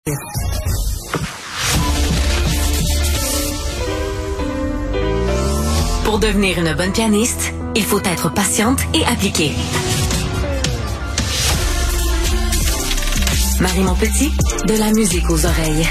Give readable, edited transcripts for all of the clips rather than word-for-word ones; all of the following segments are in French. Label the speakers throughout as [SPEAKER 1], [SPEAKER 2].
[SPEAKER 1] Pour devenir une bonne pianiste, il faut être patiente et appliquée. Marie Montpetit, de la musique aux oreilles.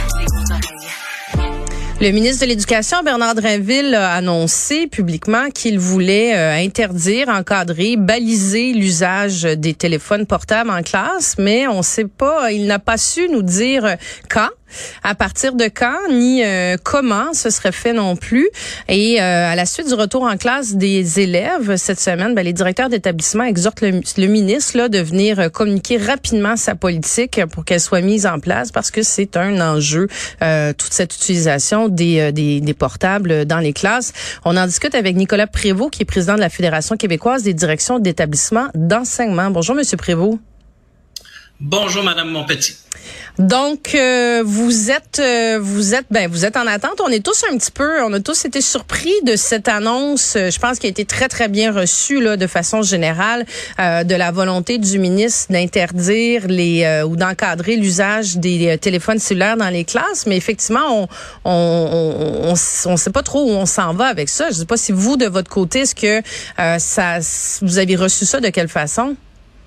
[SPEAKER 2] Le ministre de l'Éducation, Bernard Drinville, a annoncé publiquement qu'il voulait interdire, encadrer, baliser l'usage des téléphones portables en classe, mais on sait pas, il n'a pas su nous dire quand. À partir de quand, ni comment ce serait fait non plus. Et à la suite du retour en classe des élèves cette semaine, les directeurs d'établissement exhortent le ministre là, de venir communiquer rapidement sa politique pour qu'elle soit mise en place parce que c'est un enjeu, toute cette utilisation des portables dans les classes. On en discute avec Nicolas Prévost, qui est président de la Fédération québécoise des directions d'établissements d'enseignement. Bonjour, Monsieur Prévost.
[SPEAKER 3] Bonjour, Madame Montpetit.
[SPEAKER 2] Donc, vous êtes en attente. On a tous été surpris de cette annonce. Je pense qu'elle a été très, très bien reçue, là, de façon générale, de la volonté du ministre d'interdire ou d'encadrer l'usage des téléphones cellulaires dans les classes. Mais effectivement, on sait pas trop où on s'en va avec ça. Je sais pas si vous, de votre côté, est-ce que vous avez reçu ça de quelle façon?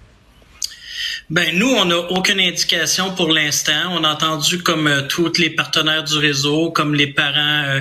[SPEAKER 3] Nous, on n'a aucune indication pour l'instant. On a entendu comme tous les partenaires du réseau, comme les parents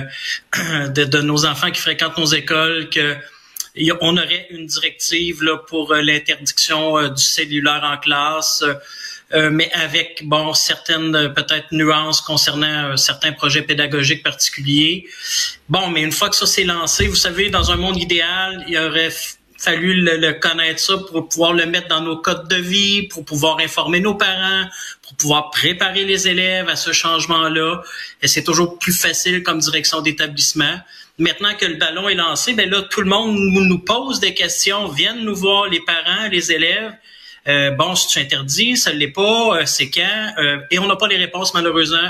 [SPEAKER 3] de nos enfants qui fréquentent nos écoles, que on aurait une directive là pour l'interdiction du cellulaire en classe, mais avec certaines peut-être nuances concernant certains projets pédagogiques particuliers. Mais une fois que ça s'est lancé, vous savez, dans un monde idéal, il y aurait fallu le connaître ça pour pouvoir le mettre dans nos codes de vie, pour pouvoir informer nos parents, pour pouvoir préparer les élèves à ce changement-là. Et c'est toujours plus facile comme direction d'établissement. Maintenant que le ballon est lancé, là, tout le monde nous pose des questions, viennent nous voir, les parents, les élèves. C'est interdit, ça l'est pas, c'est quand? Et on n'a pas les réponses, malheureusement,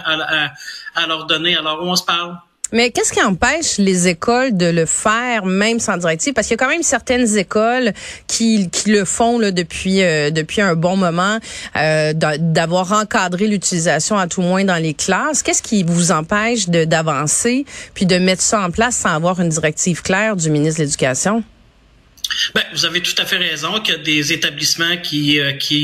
[SPEAKER 3] à leur donner. Alors, où on se parle?
[SPEAKER 2] Mais qu'est-ce qui empêche les écoles de le faire même sans directive? Parce qu'il y a quand même certaines écoles qui le font là, depuis un bon moment, d'avoir encadré l'utilisation à tout moins dans les classes. Qu'est-ce qui vous empêche d'avancer puis de mettre ça en place sans avoir une directive claire du ministre de l'Éducation?
[SPEAKER 3] Vous avez tout à fait raison qu'il y a des établissements qui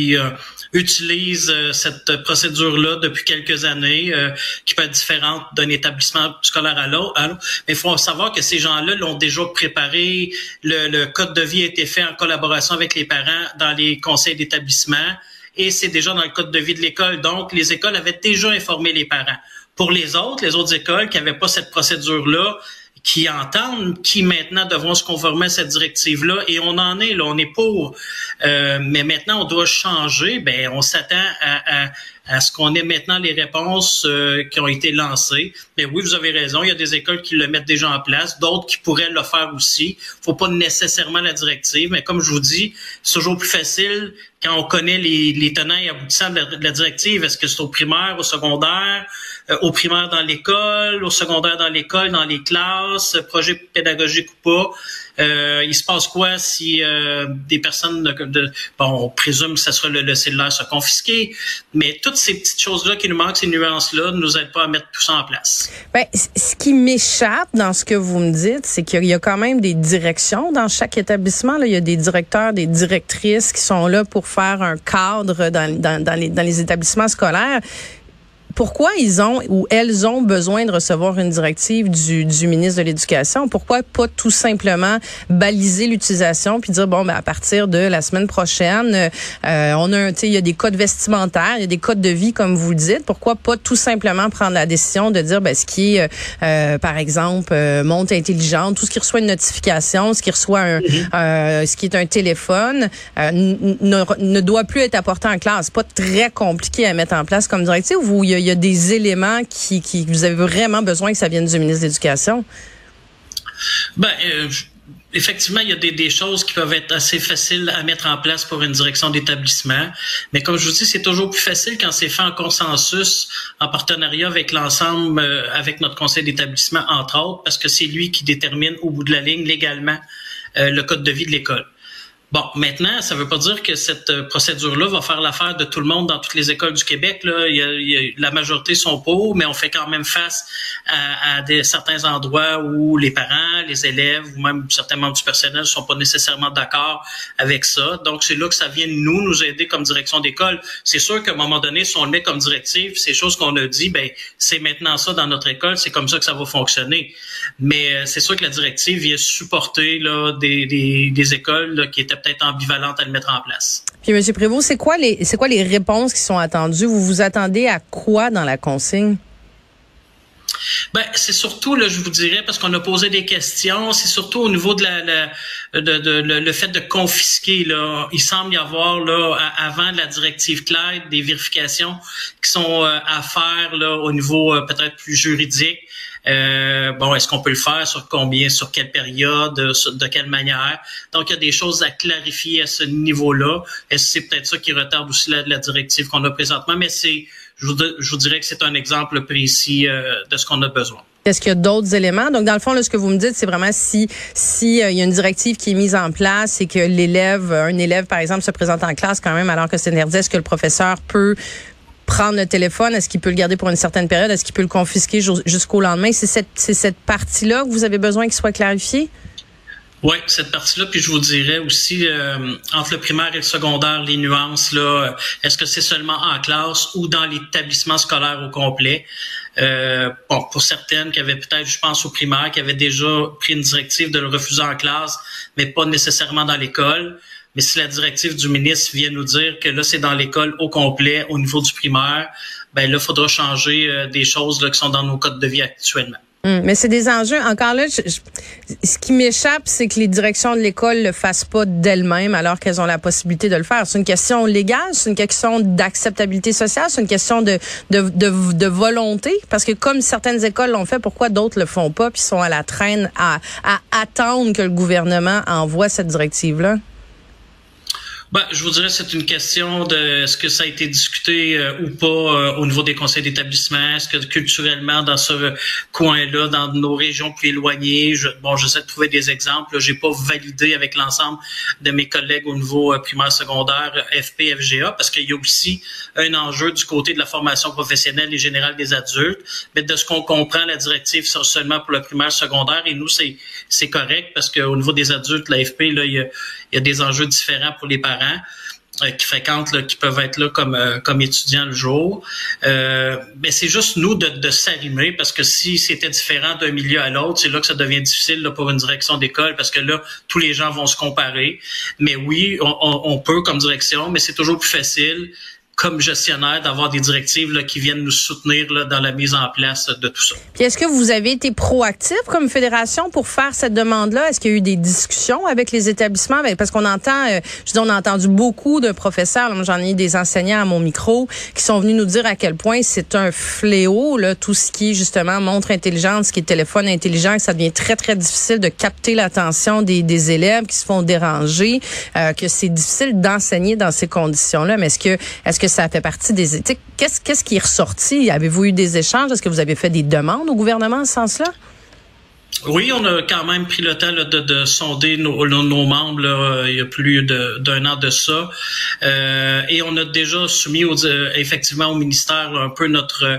[SPEAKER 3] utilisent cette procédure-là depuis quelques années, qui peut être différente d'un établissement scolaire à l'autre. Mais il faut savoir que ces gens-là l'ont déjà préparé. Le code de vie a été fait en collaboration avec les parents dans les conseils d'établissement et c'est déjà dans le code de vie de l'école. Donc, les écoles avaient déjà informé les parents. Pour les autres écoles qui n'avaient pas cette procédure-là, qui entendent, qui maintenant devront se conformer à cette directive-là, et on en est là, on est pour. Mais maintenant, on doit changer. On s'attend à ce qu'on ait maintenant les réponses qui ont été lancées. Mais oui, vous avez raison, il y a des écoles qui le mettent déjà en place, d'autres qui pourraient le faire aussi. Faut pas nécessairement la directive, mais comme je vous dis, c'est toujours plus facile quand on connaît les tenants et aboutissants de la directive. Est-ce que c'est au primaire, au secondaire, au primaire dans l'école, au secondaire dans l'école, dans les classes, projet pédagogique ou pas? Il se passe quoi si des personnes on présume que ça sera le cellulaire sera confisqué, mais toutes ces petites choses-là qui nous manquent, ces nuances-là, ne nous aident pas à mettre tout ça en place.
[SPEAKER 2] Ce qui m'échappe dans ce que vous me dites, c'est qu'il y a quand même des directions dans chaque établissement. Là, il y a des directeurs, des directrices qui sont là pour faire un cadre dans les établissements scolaires. Pourquoi ils ont ou elles ont besoin de recevoir une directive du ministre de l'Éducation? Pourquoi pas tout simplement baliser l'utilisation puis dire à partir de la semaine prochaine, il y a des codes vestimentaires, il y a des codes de vie comme vous le dites. Pourquoi pas tout simplement prendre la décision de dire ce qui est par exemple montre intelligente, tout ce qui reçoit une notification, ce qui reçoit ce qui est un téléphone ne doit plus être apporté en classe. C'est pas très compliqué à mettre en place comme directive ou il y a des éléments qui vous avez vraiment besoin que ça vienne du ministre de l'Éducation?
[SPEAKER 3] Effectivement, il y a des choses qui peuvent être assez faciles à mettre en place pour une direction d'établissement. Mais comme je vous dis, c'est toujours plus facile quand c'est fait en consensus, en partenariat avec l'ensemble, avec notre conseil d'établissement, entre autres, parce que c'est lui qui détermine au bout de la ligne légalement le code de vie de l'école. Bon, maintenant, ça veut pas dire que cette procédure-là va faire l'affaire de tout le monde dans toutes les écoles du Québec. Là, la majorité sont pour, mais on fait quand même face à certains endroits où les parents, les élèves ou même certains membres du personnel sont pas nécessairement d'accord avec ça. Donc, c'est là que ça vient de nous aider comme direction d'école. C'est sûr qu'à un moment donné, si on le met comme directive, ces choses qu'on a dit, ben c'est maintenant ça dans notre école, c'est comme ça que ça va fonctionner. Mais c'est sûr que la directive vient supporter là des écoles là, qui étaient peut-être ambivalentes à le mettre en place.
[SPEAKER 2] Puis, M. Prévost, c'est quoi les réponses qui sont attendues? Vous vous attendez à quoi dans la consigne?
[SPEAKER 3] Ben, c'est surtout, là, je vous dirais, parce qu'on a posé des questions, c'est surtout au niveau de le fait de confisquer, là. Il semble y avoir, là, avant la directive CLED, des vérifications qui sont à faire, là, au niveau peut-être plus juridique. Est-ce qu'on peut le faire? Sur combien? Sur quelle période? De quelle manière? Donc, il y a des choses à clarifier à ce niveau-là. Et c'est peut-être ça qui retarde aussi la directive qu'on a présentement, mais je vous dirais que c'est un exemple précis de ce qu'on a besoin.
[SPEAKER 2] Est-ce qu'il y a d'autres éléments? Donc, dans le fond, là, ce que vous me dites, c'est vraiment si il y a une directive qui est mise en place et que un élève, par exemple, se présente en classe quand même alors que c'est interdit, est-ce que le professeur peut prendre le téléphone? Est-ce qu'il peut le garder pour une certaine période? Est-ce qu'il peut le confisquer jusqu'au lendemain? C'est cette partie-là que vous avez besoin qu'il soit clarifié?
[SPEAKER 3] Oui, cette partie-là, puis je vous dirais aussi, entre le primaire et le secondaire, les nuances, là, est-ce que c'est seulement en classe ou dans l'établissement scolaire au complet? Pour certaines qui avaient peut-être, je pense au primaire, qui avaient déjà pris une directive de le refuser en classe, mais pas nécessairement dans l'école. Mais si la directive du ministre vient nous dire que là, c'est dans l'école au complet, au niveau du primaire, ben là, il faudra changer des choses là, qui sont dans nos codes de vie actuellement.
[SPEAKER 2] Mais c'est des enjeux. Encore là, ce qui m'échappe, c'est que les directions de l'école le fassent pas d'elles-mêmes alors qu'elles ont la possibilité de le faire. C'est une question légale, c'est une question d'acceptabilité sociale, c'est une question de volonté. Parce que comme certaines écoles l'ont fait, pourquoi d'autres le font pas puis sont à la traîne à attendre que le gouvernement envoie cette directive-là?
[SPEAKER 3] Je vous dirais c'est une question de est-ce que ça a été discuté ou pas au niveau des conseils d'établissement, est-ce que culturellement dans ce coin-là, dans nos régions plus éloignées, j'essaie de trouver des exemples. J'ai pas validé avec l'ensemble de mes collègues au niveau primaire, secondaire, FP, FGA, parce qu'il y a aussi un enjeu du côté de la formation professionnelle et générale des adultes. Mais de ce qu'on comprend, la directive sera seulement pour le primaire, secondaire, et nous c'est correct parce qu'au niveau des adultes, la FP, là, il y a des enjeux différents pour les parents qui fréquentent, là, qui peuvent être là comme étudiants le jour. Mais c'est juste nous de s'arrimer parce que si c'était différent d'un milieu à l'autre, c'est là que ça devient difficile là, pour une direction d'école parce que là, tous les gens vont se comparer. Mais oui, on peut comme direction, mais c'est toujours plus facile comme gestionnaire d'avoir des directives là, qui viennent nous soutenir là, dans la mise en place de tout ça.
[SPEAKER 2] Puis est-ce que vous avez été proactif comme fédération pour faire cette demande-là? Est-ce qu'il y a eu des discussions avec les établissements? Parce qu'on entend, on a entendu beaucoup de professeurs, là, moi j'en ai eu des enseignants à mon micro, qui sont venus nous dire à quel point c'est un fléau, là, tout ce qui est justement montre intelligente, ce qui est téléphone intelligent, que ça devient très, très difficile de capter l'attention des élèves qui se font déranger, que c'est difficile d'enseigner dans ces conditions-là. Mais est-ce que ça fait partie des... Qu'est-ce qui est ressorti? Avez-vous eu des échanges? Est-ce que vous avez fait des demandes au gouvernement en ce sens-là?
[SPEAKER 3] Oui, on a quand même pris le temps là, de sonder nos membres là, il y a plus d'un an de ça. Et on a déjà soumis effectivement au ministère là, un peu notre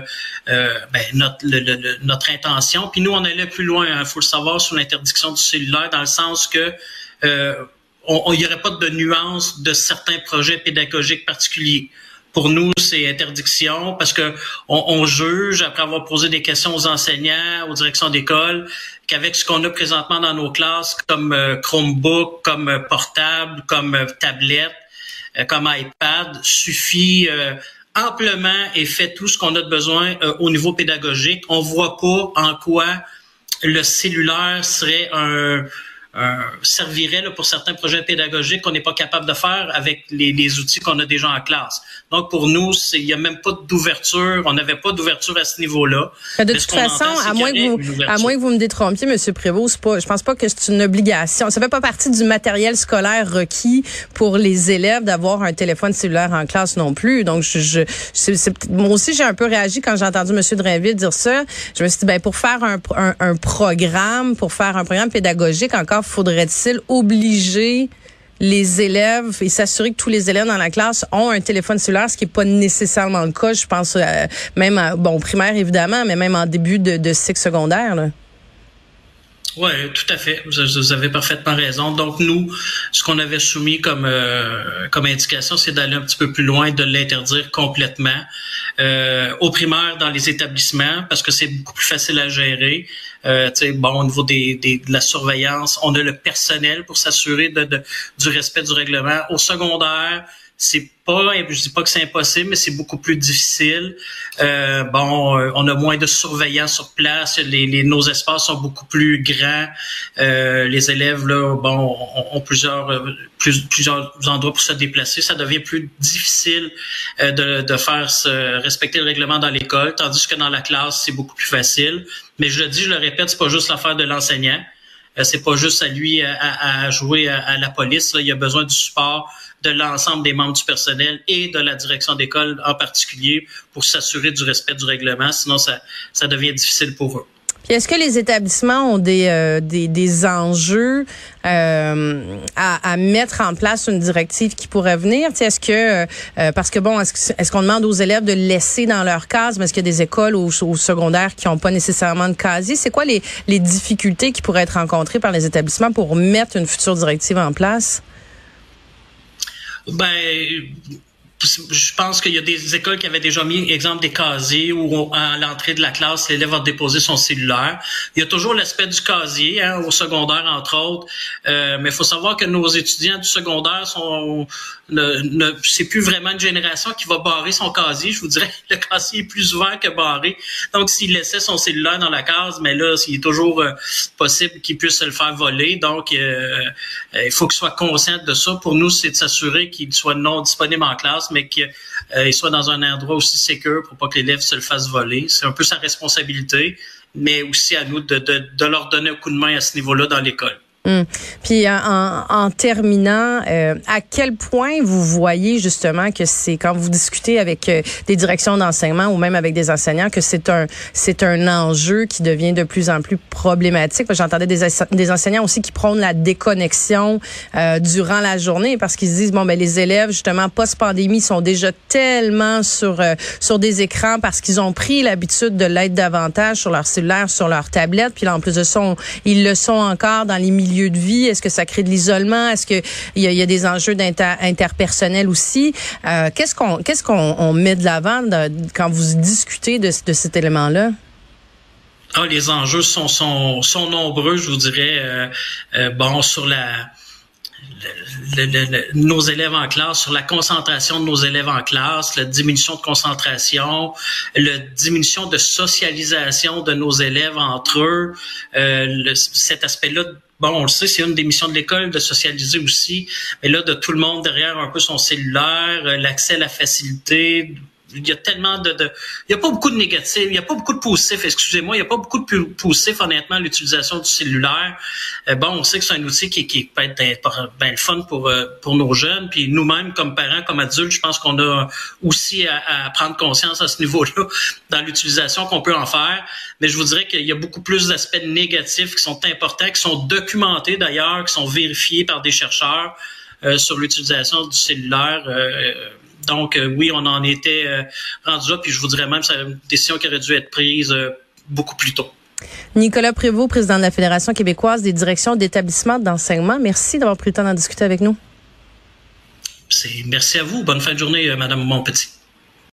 [SPEAKER 3] intention. Puis nous, on allait plus loin, il faut le savoir, sur l'interdiction du cellulaire, dans le sens que il n'y aurait pas de nuance de certains projets pédagogiques particuliers. Pour nous, c'est interdiction parce que on juge, après avoir posé des questions aux enseignants, aux directions d'école, qu'avec ce qu'on a présentement dans nos classes, comme Chromebook, comme portable, comme tablette, comme iPad, suffit amplement et fait tout ce qu'on a de besoin au niveau pédagogique. On voit pas en quoi le cellulaire serait servirait là, pour certains projets pédagogiques qu'on n'est pas capable de faire avec les outils qu'on a déjà en classe. Donc, pour nous, il n'y a même pas d'ouverture. On n'avait pas d'ouverture à ce niveau-là.
[SPEAKER 2] De toute façon, à moins que vous me détrompiez, M. Prévost, je pense pas que c'est une obligation. Ça fait pas partie du matériel scolaire requis pour les élèves d'avoir un téléphone cellulaire en classe non plus. Donc, moi aussi, j'ai un peu réagi quand j'ai entendu M. Drainville dire ça. Je me suis dit, pour faire un programme pédagogique, encore faudrait-il obliger les élèves et s'assurer que tous les élèves dans la classe ont un téléphone cellulaire, ce qui est pas nécessairement le cas. Je pense même au primaire évidemment, mais même en début de cycle secondaire, là.
[SPEAKER 3] Oui, tout à fait. Vous avez parfaitement raison. Donc, nous, ce qu'on avait soumis comme indication, c'est d'aller un petit peu plus loin, de l'interdire complètement. Au primaire, dans les établissements, parce que c'est beaucoup plus facile à gérer. Au niveau de la surveillance, on a le personnel pour s'assurer du respect du règlement. Au secondaire, je dis pas que c'est impossible, mais c'est beaucoup plus difficile. On a moins de surveillants sur place. Nos espaces sont beaucoup plus grands. Les élèves là, ont plusieurs endroits pour se déplacer. Ça devient plus difficile de faire respecter le règlement dans l'école, tandis que dans la classe c'est beaucoup plus facile. Mais je le répète, c'est pas juste l'affaire de l'enseignant. C'est pas juste à lui à jouer à la police. Là. Il y a besoin du support de l'ensemble des membres du personnel et de la direction d'école en particulier pour s'assurer du respect du règlement. Sinon, ça devient difficile pour eux.
[SPEAKER 2] Puis est-ce que les établissements ont des enjeux à mettre en place une directive qui pourrait venir? T'sais, est-ce que parce que est-ce qu'on demande aux élèves de laisser dans leur case, mais est-ce qu'il y a des écoles au secondaire qui n'ont pas nécessairement de casier? C'est quoi les difficultés qui pourraient être rencontrées par les établissements pour mettre une future directive en place?
[SPEAKER 3] Je pense qu'il y a des écoles qui avaient déjà mis, exemple, des casiers où à l'entrée de la classe, l'élève va déposer son cellulaire. Il y a toujours l'aspect du casier, au secondaire, entre autres. Mais il faut savoir que nos étudiants du secondaire c'est plus vraiment une génération qui va barrer son casier. Je vous dirais que le casier est plus ouvert que barré. Donc, s'il laissait son cellulaire dans la case, mais là, il est toujours possible qu'il puisse se le faire voler. Donc, il faut qu'il soit conscient de ça. Pour nous, c'est de s'assurer qu'il soit non disponible en classe, mais qu'il soit dans un endroit aussi sécure pour pas que l'élève se le fasse voler. C'est un peu sa responsabilité, mais aussi à nous de leur donner un coup de main à ce niveau-là dans l'école.
[SPEAKER 2] Puis en terminant, à quel point vous voyez justement que c'est quand vous discutez avec des directions d'enseignement ou même avec des enseignants que c'est un enjeu qui devient de plus en plus problématique. J'entendais des enseignants aussi qui prônent la déconnexion durant la journée parce qu'ils se disent les élèves justement post-pandémie sont déjà tellement sur des écrans parce qu'ils ont pris l'habitude de l'être davantage sur leur cellulaire, sur leur tablette, puis là en plus de ça ils le sont encore dans les milieux de vie. Est-ce que ça crée de l'isolement? Est-ce que il y a des enjeux interpersonnels aussi? Qu'est-ce qu'on met de l'avant quand vous discutez de cet élément-là?
[SPEAKER 3] Les enjeux sont nombreux, je vous dirais. Sur nos élèves en classe, sur la concentration de nos élèves en classe, la diminution de concentration, la diminution de socialisation de nos élèves entre eux, cet aspect-là. On le sait, c'est une des missions de l'école de socialiser aussi, mais là, de tout le monde derrière un peu son cellulaire, l'accès à la facilité. Il y a tellement il y a pas beaucoup de négatifs, il y a pas beaucoup de positifs, excusez-moi, il y a pas beaucoup de positifs, honnêtement, l'utilisation du cellulaire. On sait que c'est un outil qui peut être le fun pour nos jeunes, puis nous-mêmes, comme parents, comme adultes, je pense qu'on a aussi à prendre conscience à ce niveau-là, dans l'utilisation qu'on peut en faire. Mais je vous dirais qu'il y a beaucoup plus d'aspects négatifs qui sont importants, qui sont documentés d'ailleurs, qui sont vérifiés par des chercheurs sur l'utilisation du cellulaire. Donc, oui, on en était rendu là, puis je vous dirais même que c'est une décision qui aurait dû être prise beaucoup plus tôt.
[SPEAKER 2] Nicolas Prévost, président de la Fédération québécoise des directions d'établissements d'enseignement. Merci d'avoir pris le temps d'en discuter avec nous.
[SPEAKER 3] Merci à vous. Bonne fin de journée, Madame Montpetit.